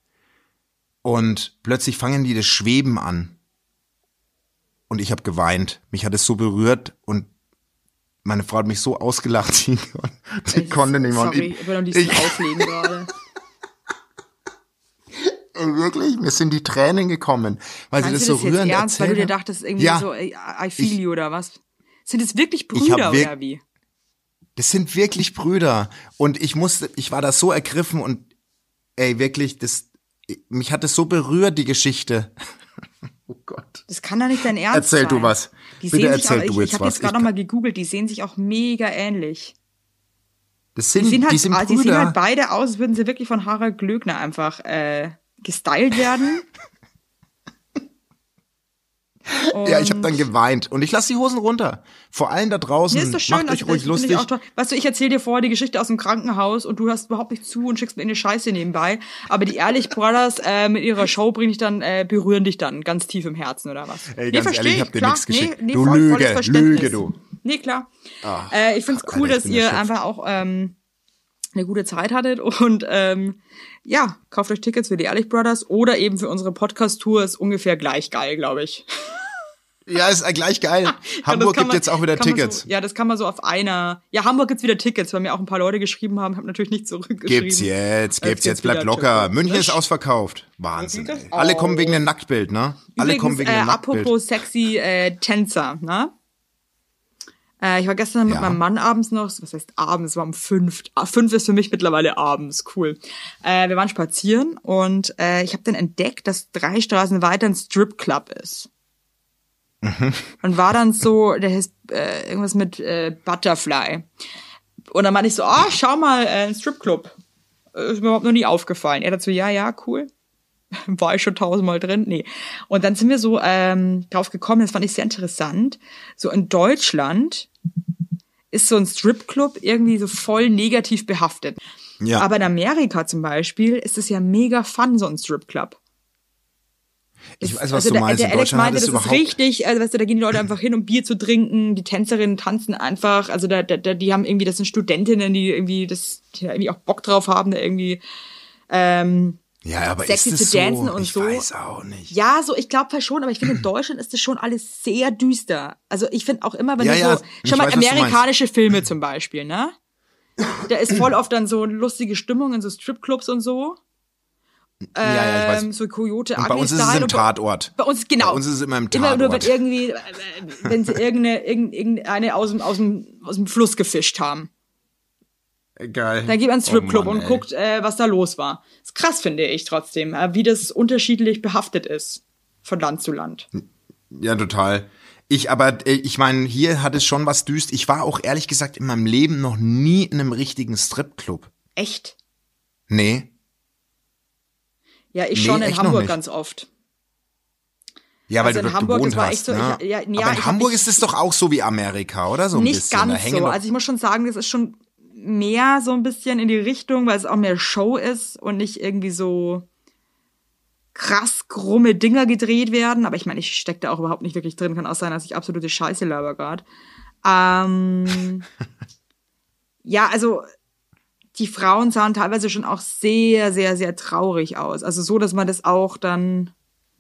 Und plötzlich fangen die das Schweben an. Und ich habe geweint. Mich hat es so berührt und meine Frau hat mich so ausgelacht, sie, sie konnte nicht mehr. Und Sorry, ich, ich will noch nicht ich, so auflegen gerade. ey, wirklich, mir sind die Tränen gekommen, weil sie das Meinst so du das jetzt rührend ernst, weil du dir erzählt haben. dachtest, irgendwie Ja. so, ey, I feel Ich- you oder was? Sind es wirklich Ich Brüder hab wirk- oder wie? Das sind wirklich Brüder. Und ich musste, ich war da so ergriffen und ey, wirklich, das, mich hat das so berührt, die Geschichte. Oh Gott. Das kann doch nicht dein Ernst Erzähl sein. du was. Die Bitte sehen sich erzähl auch, du ich, jetzt ich habe was. jetzt gerade Ich- nochmal gegoogelt, die sehen sich auch mega ähnlich. Das Die sind, sehen halt, die sind ah, die sehen Brüder. halt beide aus, als würden sie wirklich von Harald Glöckner einfach äh, gestylt werden. Ja, ich habe dann geweint und ich lasse die Hosen runter. Vor allem da draußen. Nee, ist doch schön. Macht euch also, ruhig das finde lustig. Ich auch toll. Weißt du, ich erzähle dir vorher die Geschichte aus dem Krankenhaus und du hörst überhaupt nicht zu und schickst mir eine Scheiße nebenbei. Aber die Ehrlich Brothers äh, mit ihrer Show bringe ich dann, äh, berühren dich dann ganz tief im Herzen oder was? Ey, nee, ganz versteh ehrlich, ich ich, hab dir klar. nichts geschickt. Nee, nee, Du voll, Lüge, volles Verständnis. Lüge, du. Nee, klar. Ah, äh, ich find's Gott, cool, Alter, ich dass bin ihr erschöpft. einfach auch ähm, eine gute Zeit hattet und ähm, ja, kauft euch Tickets für die Ehrlich Brothers oder eben für unsere Podcast-Tour. Ist ungefähr gleich geil, glaube ich. Ja, ist gleich geil. Hamburg kann gibt man- jetzt auch wieder kann man Tickets. So, ja, das kann man so auf einer. Ja, Hamburg gibt's wieder Tickets, weil mir auch ein paar Leute geschrieben haben. Ich habe natürlich nicht zurückgeschrieben. Gibt's jetzt, Es gibt's jetzt, gibt bleibt wieder locker. Tickets. München ist Das- ausverkauft. Wahnsinn. sieht das Ey. Alle kommen aus? wegen dem Nacktbild, ne? Alle Übrigens, kommen wegen äh, dem Nacktbild. apropos sexy äh, Tänzer, ne? Äh, ich war gestern mit Ja. meinem Mann abends noch, was heißt abends, war um fünf. Ah, fünf ist für mich mittlerweile abends, cool. Äh, wir waren spazieren und äh, ich habe dann entdeckt, dass drei Straßen weiter ein Stripclub ist. Mhm. Und war dann so, der heißt äh, irgendwas mit äh, Butterfly. Und dann meinte ich so, ah, oh, schau mal, äh, ein Stripclub. Ist mir überhaupt noch nie aufgefallen. Er dazu, ja, ja, cool. War ich schon tausendmal drin? Nee. Und dann sind wir so ähm, drauf gekommen, das fand ich sehr interessant. So in Deutschland ist so ein Stripclub irgendwie so voll negativ behaftet. Ja. Aber in Amerika zum Beispiel ist es ja mega fun, so ein Stripclub. Ich weiß, was Also du der, meinst. der In Alex Deutschland hat meinte, es das ist überhaupt... richtig, also weißt du, da gehen die Leute einfach hin, um Bier zu trinken, die Tänzerinnen tanzen einfach, also da, da, die haben irgendwie, das sind Studentinnen, die irgendwie das, die da irgendwie auch Bock drauf haben, da irgendwie ähm, Ja, aber sexy ist es zu dancen so? und ich so. weiß auch nicht. ja, so, ich glaube schon, aber ich finde, in Deutschland ist das schon alles sehr düster. Also ich finde auch immer, wenn Ja, du ja, so, ich schau mal, weiß, was du amerikanische Filme zum Beispiel, ne? Da ist voll oft dann so lustige Stimmung in so Stripclubs und so. ja, ja, ich weiß. Ähm, so Coyote Und bei Ugly uns ist es Style im und bei- Tatort. Bei uns, genau. Bei uns ist es immer im Immer nur, wenn Tatort. irgendwie, äh, wenn sie irgendeine, irgend- irgendeine aus dem, aus dem, aus dem Fluss gefischt haben. Geil. Dann geht man in den Stripclub Oh Mann, und ey. guckt, äh, was da los war. Ist krass, finde ich trotzdem, äh, wie das unterschiedlich behaftet ist. Von Land zu Land. Ja, total. Ich aber, äh, ich meine, hier hat es schon was düst. Ich war auch ehrlich gesagt in meinem Leben noch nie in einem richtigen Stripclub. Echt? Nee. Ja, ich Nee, schon in echt noch Hamburg nicht. ganz oft. Ja, weil Also du in dort Hamburg, gewohnt das war hast. echt so, ne? ich- ja, ja, aber ich in hab Hamburg nicht- ist es doch auch so wie Amerika, oder? So ein Nicht bisschen. Da ganz hängen so. doch- Also ich muss schon sagen, das ist schon mehr so ein bisschen in die Richtung, weil es auch mehr Show ist und nicht irgendwie so krass krumme Dinger gedreht werden. Aber ich meine, ich stecke da auch überhaupt nicht wirklich drin. Kann auch sein, dass ich absolute Scheiße laber gerade. Ähm, ja, also die Frauen sahen teilweise schon auch sehr, sehr, sehr traurig aus. Also so, dass man das auch dann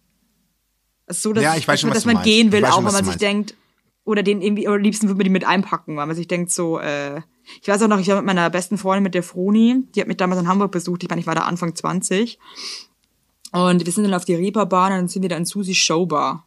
so, dass, Ja, ich weiß schon, dass, was man du meinst. gehen Ich will, weiß auch schon, wenn was man du sich meinst. denkt, oder den irgendwie, oder am liebsten würde man die mit einpacken, weil man sich denkt so, äh, ich weiß auch noch, ich war mit meiner besten Freundin, mit der Froni, die hat mich damals in Hamburg besucht, ich meine, ich war da Anfang zwanzig und wir sind dann auf die Reeperbahn und dann sind wir da in Susis Showbar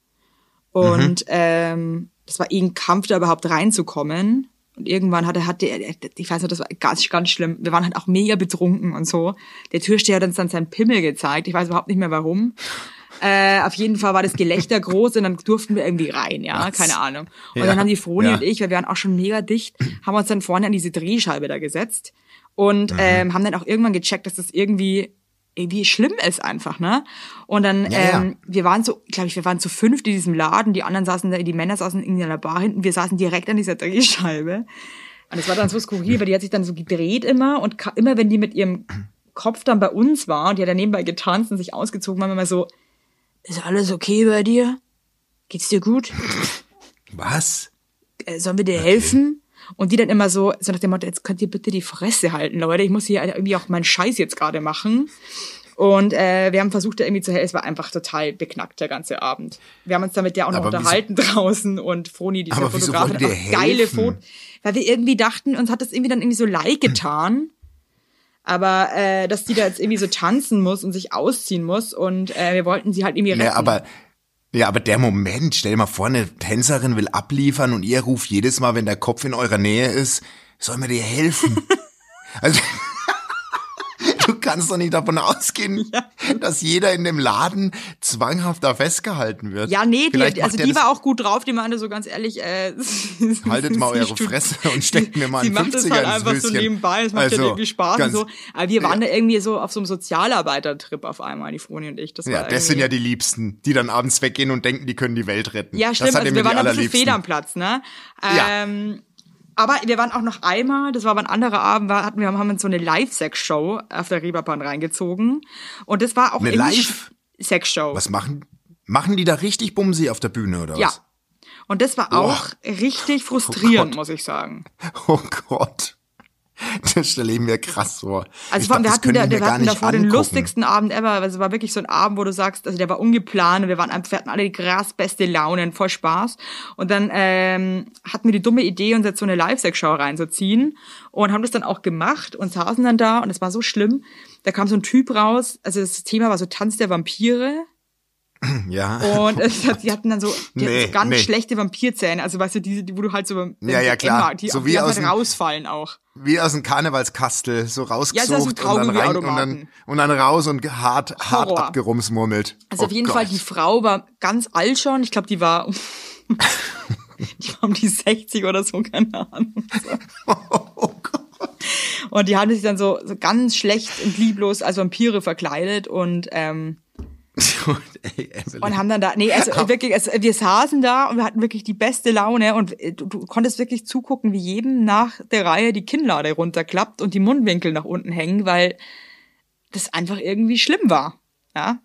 und Mhm. ähm, das war eh ein Kampf, da überhaupt reinzukommen und irgendwann hatte, hatte er, ich weiß nicht, das war ganz, ganz schlimm, wir waren halt auch mega betrunken und so, der Türsteher hat uns dann seinen Pimmel gezeigt, ich weiß überhaupt nicht mehr warum. Äh, auf jeden Fall war das Gelächter groß und dann durften wir irgendwie rein, ja, Was? keine Ahnung. Und Ja, dann haben die Froni ja. und ich, weil wir waren auch schon mega dicht, haben uns dann vorne an diese Drehscheibe da gesetzt und Mhm. ähm, haben dann auch irgendwann gecheckt, dass das irgendwie irgendwie schlimm ist einfach, ne? Und dann, Ja, ja. ähm, wir waren so, glaube ich, wir waren zu fünft in diesem Laden, die anderen saßen da, die Männer saßen in einer Bar hinten, wir saßen direkt an dieser Drehscheibe. Und es war dann so skurril, weil die hat sich dann so gedreht immer und ka- immer wenn die mit ihrem Kopf dann bei uns war und die hat dann nebenbei getanzt und sich ausgezogen, waren wir immer so, ist alles okay bei dir? Geht's dir gut? Was? Äh, sollen wir dir helfen? Und die dann immer so, so nach dem Motto, jetzt könnt ihr bitte die Fresse halten, Leute. Ich muss hier irgendwie auch meinen Scheiß jetzt gerade machen. Und äh, wir haben versucht, da irgendwie zu helfen. Es war einfach total beknackt, der ganze Abend. Wir haben uns da mit der auch noch Aber wieso- unterhalten draußen und Froni, die Aber wieso Fotografin, wollt ihr hat auch geile helfen? Fotos. Weil wir irgendwie dachten, uns hat das irgendwie dann irgendwie so leid getan. Aber äh, dass die da jetzt irgendwie so tanzen muss und sich ausziehen muss und äh, wir wollten sie halt irgendwie retten. Ja, aber, ja, aber der Moment, stell dir mal vor, eine Tänzerin will abliefern und ihr ruft jedes Mal, wenn der Kopf in eurer Nähe ist, soll mir dir helfen? Also, du kannst kannst doch nicht davon ausgehen, ja. dass jeder in dem Laden zwanghaft da festgehalten wird. Ja, nee, die, Vielleicht also macht die der war auch gut drauf, die meinte so ganz ehrlich, äh, haltet mal sie eure tut- Fresse und steckt mir mal Sie einen macht das fünfziger halt ins einfach so Höschen. nebenbei, es macht Also, ja irgendwie Spaß und ganz- so. Aber wir waren da irgendwie so auf so einem Sozialarbeitertrip auf einmal, die Froni und ich. Das Ja, war das sind ja irgendwie- die Liebsten, die dann abends weggehen und denken, die können die Welt retten. Ja, das stimmt, hat also immer wir die waren ein bisschen allerliebsten. fehl am Platz, ne? Ja. Ähm, aber wir waren auch noch einmal, das war aber ein anderer Abend, war, hatten wir haben uns so eine Live-Sex-Show auf der Reeperbahn reingezogen. Und das war auch Eine irgendwie Live? Sex-Show. Was machen, machen die da richtig Bumsi auf der Bühne oder Ja. was? Und das war auch richtig frustrierend, Gott. muss ich sagen. Oh Gott. Das stelle ich mir krass vor. Also Ich vor allem, glaub, wir das hatten, könnte da, ich mir wir gar hatten nicht davor den angucken. lustigsten Abend ever. Also es war wirklich so ein Abend, wo du sagst, also der war ungeplant und wir waren einfach, wir hatten alle die krass beste Laune und voll Spaß. Und dann ähm, hatten wir die dumme Idee, uns jetzt so eine Live-Sex-Show reinzuziehen und haben das dann auch gemacht und saßen dann da und es war so schlimm. Da kam so ein Typ raus, also das Thema war so Tanz der Vampire. Ja. Und es hat, die hatten dann so, die Nee, hatten so ganz nee. schlechte Vampirzähne, also weißt du, diese, die, wo du halt so Ja, ja, klar. die So auch wie die ganze aus Zeit dem- rausfallen auch. Wie aus dem Karnevalskastel, so rausgesucht Ja, so aus dem und, dann rein, und, Kaugummiautomaten. dann, und dann raus und hart, hart Horror. abgerumsmurmelt. Also Oh auf jeden Gott. Fall, die Frau war ganz alt schon. Ich glaube, die war, die war um die sechzig oder so, keine Ahnung. Oh Gott. Und die hatte sich dann so, so ganz schlecht und lieblos als Vampire verkleidet und ähm, Ey, Evelyn. und haben dann da, nee, also wirklich, also wir saßen da und wir hatten wirklich die beste Laune und äh, du, du konntest wirklich zugucken, wie jedem nach der Reihe die Kinnlade runterklappt und die Mundwinkel nach unten hängen, weil das einfach irgendwie schlimm war, ja.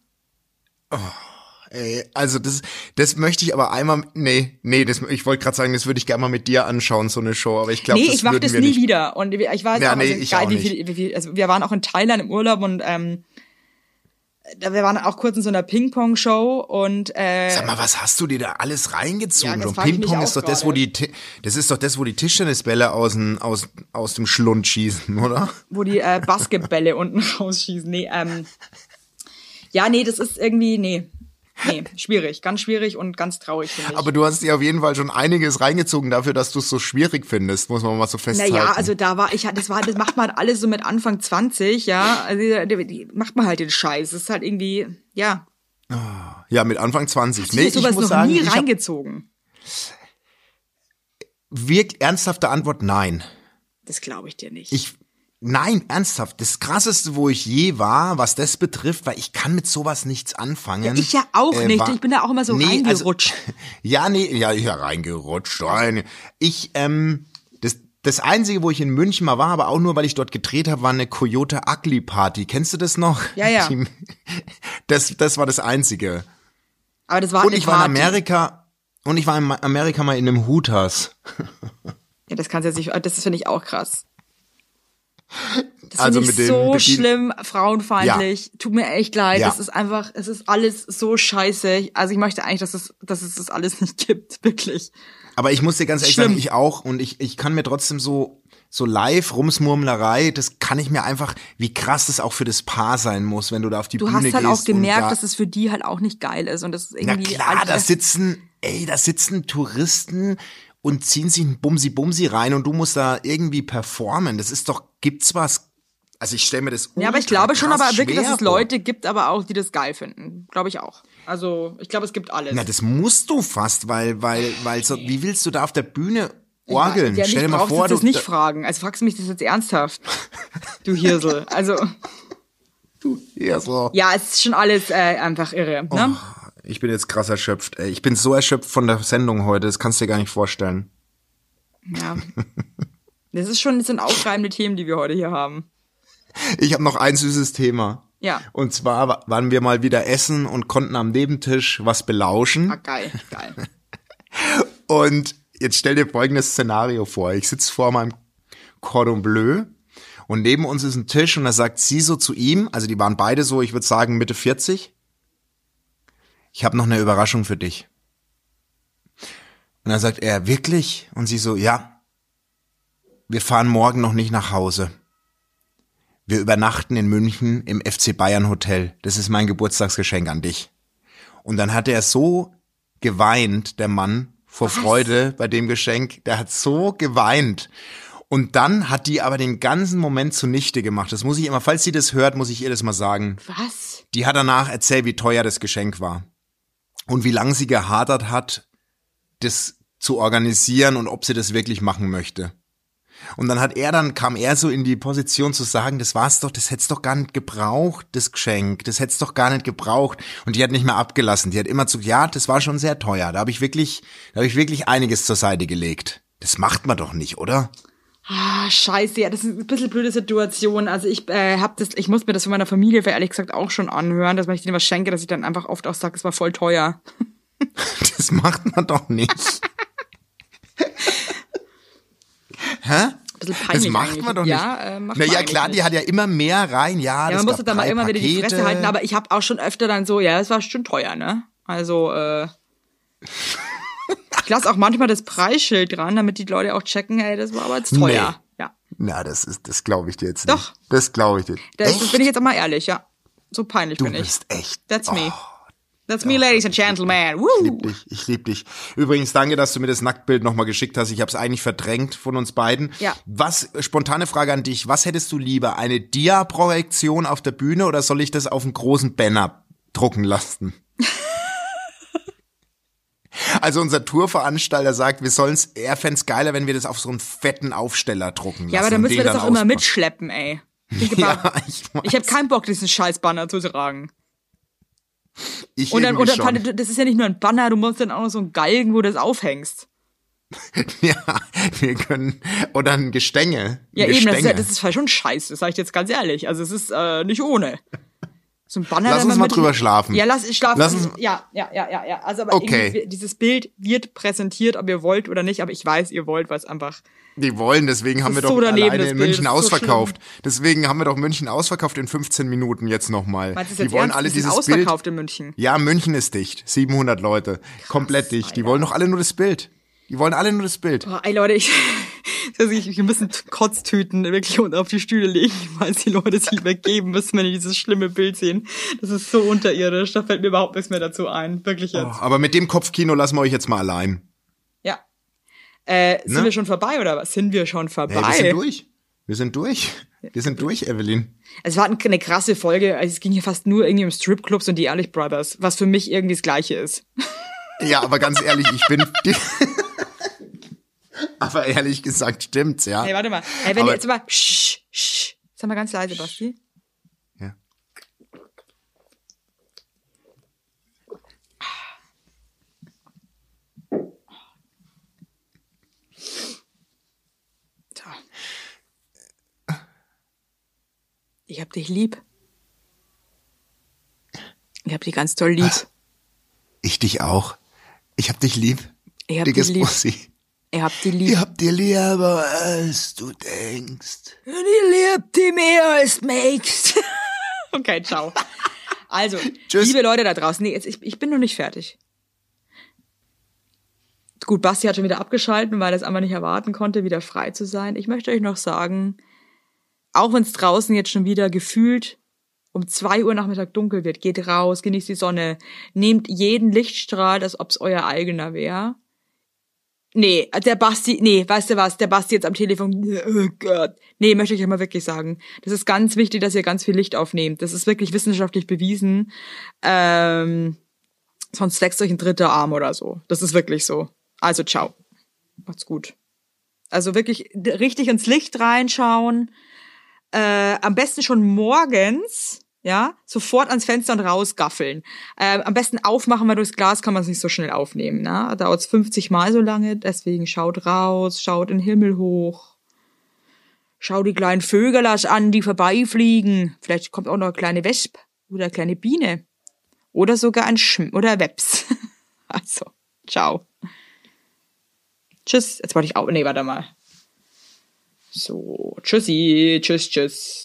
Ey, also das, das möchte ich aber einmal, nee, nee, das, ich wollte gerade sagen, das würde ich gerne mal mit dir anschauen, so eine Show, aber ich glaube, Nee, das ich mach würden das wir nie nicht. wieder. Und ich weiß Ja, auch, nee, also ich geil, auch wie nicht. viel, wie viel, also wir waren auch in Thailand im Urlaub und ähm, da- wir waren auch kurz in so einer Ping-Pong-Show und äh, Sag mal, was hast du dir da alles reingezogen? Ja, das Und frag ich mich Ping-Pong auch ist doch das, gerade. wo die, Ti- das ist doch das, wo die Tischtennisbälle aus dem, aus, aus dem Schlund schießen, oder? wo die äh, Basketbälle unten rausschießen. Nee, ähm, ja, nee, das ist irgendwie, nee, nee, schwierig, ganz schwierig und ganz traurig für mich. Aber du hast dir auf jeden Fall schon einiges reingezogen dafür, dass du es so schwierig findest, muss man mal so festhalten. Naja, also da war ich, das war, das macht man halt alles so mit Anfang zwanzig, ja, also die, die macht man halt den Scheiß. Das ist halt irgendwie, ja, Ja, mit Anfang zwanzig. ich Nee, hab ich sowas muss noch sagen, nie ich hab reingezogen. wirklich ernsthafte Antwort, nein. Das glaube ich dir nicht. Ich, nein, ernsthaft. Das Krasseste, wo ich je war, was das betrifft, weil ich kann mit sowas nichts anfangen. Ja, ich ja auch äh, nicht. war- Ich bin da auch immer so reingerutscht. Also, ja, nee, ja, ja, reingerutscht. Rein. Ich, ähm, das, das Einzige, wo ich in München mal war, aber auch nur, weil ich dort gedreht habe, war eine Coyote Ugly Party. Kennst du das noch? Ja, ja. Die, das, das war das Einzige. Aber das war Und eine ich war in Party. Amerika, und ich war in Amerika mal in einem Hooters. Ja, das kannst du jetzt nicht, das finde ich auch krass. Das Also finde ich mit den so Bikini- schlimm, frauenfeindlich. Tut mir echt leid. Ja. Das ist einfach, es ist alles so scheiße. Also ich möchte eigentlich, dass es, dass es das alles nicht gibt, wirklich. Aber ich muss dir ganz ehrlich Schlimm. sagen, ich auch. Und ich, ich kann mir trotzdem so, so live Rumsmurmlerei, das kann ich mir einfach, wie krass das auch für das Paar sein muss, wenn du da auf die Du Bühne hast gehst. halt auch und gemerkt, da, dass es für die halt auch nicht geil ist und das ist na irgendwie. klar, da alles- sitzen, ey, da sitzen Touristen und ziehen sich ein Bumsi-Bumsi rein und du musst da irgendwie performen. Das ist doch, gibt's was? Also ich stelle mir das Ja, aber ich ultra glaube schon, krass aber wirklich, dass schwer es vor. Leute gibt, aber auch, die das geil finden. Glaube ich auch. Also, ich glaube, es gibt alles. Na, das musst du fast, weil, weil, weil so, wie willst du da auf der Bühne orgeln? Ja, Stell dir mich mal brauchst vor, du das du, nicht fragen. Also fragst du mich das jetzt ernsthaft? Du Hirsel. Also, ja, so. ja, es ist schon alles äh, einfach irre. Ne? Ich bin jetzt krass erschöpft, ey. Ich bin so erschöpft von der Sendung heute, das kannst du dir gar nicht vorstellen. Ja. Das ist schon, das sind aufreibende Themen, die wir heute hier haben. Ich habe noch ein süßes Thema. Ja. Und zwar wa- waren wir mal wieder essen und konnten am Nebentisch was belauschen. Ah, geil, geil. Und jetzt stell dir folgendes Szenario vor. Ich sitze vor meinem Cordon Bleu und neben uns ist ein Tisch und da sagt sie so zu ihm, also die waren beide so, ich würde sagen Mitte vierzig. Ich habe noch eine Überraschung für dich. Und dann sagt er, wirklich? Und sie so, ja, wir fahren morgen noch nicht nach Hause. Wir übernachten in München im F C Bayern Hotel. Das ist mein Geburtstagsgeschenk an dich. Und dann hat er so geweint, der Mann, vor Freude bei dem Geschenk. Der hat so geweint. Und dann hat die aber den ganzen Moment zunichte gemacht. Das muss ich immer, falls sie das hört, muss ich ihr das mal sagen. Was? Die hat danach erzählt, wie teuer das Geschenk war. Und wie lange sie gehadert hat, das zu organisieren und ob sie das wirklich machen möchte. Und dann hat er dann, kam er so in die Position zu sagen, das war's doch, das hätt's doch gar nicht gebraucht, das Geschenk, das hätt's doch gar nicht gebraucht. Und die hat nicht mehr abgelassen. Die hat immer zu, ja, das war schon sehr teuer. Da habe ich wirklich, da habe ich wirklich einiges zur Seite gelegt. Das macht man doch nicht, oder? Ah, scheiße, ja, das ist ein bisschen eine blöde Situation. Also ich äh, hab das, ich muss mir das von meiner Familie ehrlich gesagt auch schon anhören, dass wenn ich denen was schenke, dass ich dann einfach oft auch sage, es war voll teuer. Das macht man doch nicht. Hä? Ein bisschen peinlich. Das macht eigentlich. man doch nicht. Ja, äh, macht Na man ja, klar, eigentlich die hat ja immer mehr rein. Ja, Ja, das man muss gab dann mal drei immer wieder die Pakete. Fresse halten, aber ich habe auch schon öfter dann so, ja, es war schon teuer, ne? Also, äh, ich lasse auch manchmal das Preisschild dran, damit die Leute auch checken, hey, das war aber jetzt teuer. Nee. Ja. Na, das ist, das glaube ich dir jetzt Doch. nicht. Das glaube ich dir. Das, Echt? das bin ich jetzt auch mal ehrlich, ja. So peinlich Du bin ich. bist echt. That's oh, me. That's me, ladies and gentlemen. Ich Woo. lieb dich, ich lieb dich. Übrigens, danke, dass du mir das Nacktbild nochmal geschickt hast. Ich habe es eigentlich verdrängt von uns beiden. Ja. Was, spontane Frage an dich, was hättest du lieber? Eine Dia-Projektion auf der Bühne oder soll ich das auf einen großen Banner drucken lassen? Also unser Tourveranstalter sagt, wir sollen's, er fänd's geiler, wenn wir das auf so einen fetten Aufsteller drucken lassen. Ja, aber dann und müssen wir den das auch dann immer auspacken. mitschleppen, ey. Think about- Ja, ich weiß. Ich habe keinen Bock, diesen scheiß Banner zu tragen. Ich Und dann, irgendwie und dann, schon. das ist ja nicht nur ein Banner, du musst dann auch noch so einen Galgen, wo du das aufhängst. Ja, wir können, oder ein Gestänge. Ja, ein eben, das ist, ja, Gestänge. das ist halt schon scheiße, das sag ich jetzt ganz ehrlich. Also es ist äh, nicht ohne. So ein Banner. Lass dann uns mal mit- drüber schlafen. Ja, lass ich schlafen. Lass uns- ja, ja, ja, ja, ja. Also aber Okay. irgendwie, dieses Bild wird präsentiert, ob ihr wollt oder nicht, aber ich weiß, ihr wollt, weil es einfach. Die wollen, deswegen haben wir ist doch so daneben, alleine das in Bild, München das ist so ausverkauft. Deswegen haben wir doch München ausverkauft in fünfzehn Minuten jetzt nochmal. Meinst du das Die jetzt wollen ernst? alle Die sind dieses ausverkauft Bild. in München. Ja, München ist dicht. siebenhundert Leute. Komplett dicht. Die wollen doch alle nur das Bild. Die wollen alle nur das Bild. Boah, ey Leute, ich, also ich, wir müssen Kotztüten wirklich unten auf die Stühle legen, weil die Leute sich weggeben müssen, wenn die dieses schlimme Bild sehen. Das ist so unterirdisch, da fällt mir überhaupt nichts mehr dazu ein. Wirklich jetzt. Oh, aber mit dem Kopfkino lassen wir euch jetzt mal allein. Ja. Äh, sind Ne? wir schon vorbei oder was? Sind wir schon vorbei? Hey, wir sind durch. Wir sind durch. Wir sind durch, Evelyn. Es war eine krasse Folge, also es ging hier fast nur irgendwie um Stripclubs und die Ehrlich Brothers, was für mich irgendwie das Gleiche ist. Ja, aber ganz ehrlich, ich bin... aber ehrlich gesagt stimmt's, ja. Hey, warte mal. Hey, wenn Aber- ihr jetzt mal, sch, sch, sag mal ganz leise, Basti. Ja. So. Ich hab dich lieb. Ich hab dich ganz toll lieb. Was? Ich dich auch. Ich hab dich lieb. Ich hab Dickes dich lieb. Bussi. Ich hab dich Ich lieb. hab dir lieber, als du denkst. Ich lieb dich mehr als makes. Okay, ciao. Also, Tschüss. liebe Leute da draußen, nee, jetzt, ich, ich bin noch nicht fertig. Gut, Basti hat schon wieder abgeschaltet, weil er es einfach nicht erwarten konnte, wieder frei zu sein. Ich möchte euch noch sagen, auch wenn es draußen jetzt schon wieder gefühlt um zwei Uhr Nachmittag dunkel wird, geht raus, genießt die Sonne, nehmt jeden Lichtstrahl, als ob es euer eigener wäre. Nee, der Basti, nee, weißt du was, der Basti jetzt am Telefon, oh Gott. Nee, möchte ich euch mal wirklich sagen. Das ist ganz wichtig, dass ihr ganz viel Licht aufnehmt. Das ist wirklich wissenschaftlich bewiesen. Ähm, sonst wächst euch ein dritter Arm oder so. Das ist wirklich so. Also, ciao. Macht's gut. Also wirklich richtig ins Licht reinschauen. Äh, am besten schon morgens, ja, sofort ans Fenster und rausgaffeln. Äh, am besten aufmachen, weil durchs Glas kann man es nicht so schnell aufnehmen. Ne? Da dauert es fünfzig Mal so lange, deswegen schaut raus, schaut in den Himmel hoch. Schau die kleinen Vögelers an, die vorbeifliegen. Vielleicht kommt auch noch eine kleine Wesp oder eine kleine Biene. Oder sogar ein Schm- oder Webs. Also, ciao. Tschüss. Jetzt wollte ich auch, nee, warte mal. So, tschüssi, tschüss, tschüss.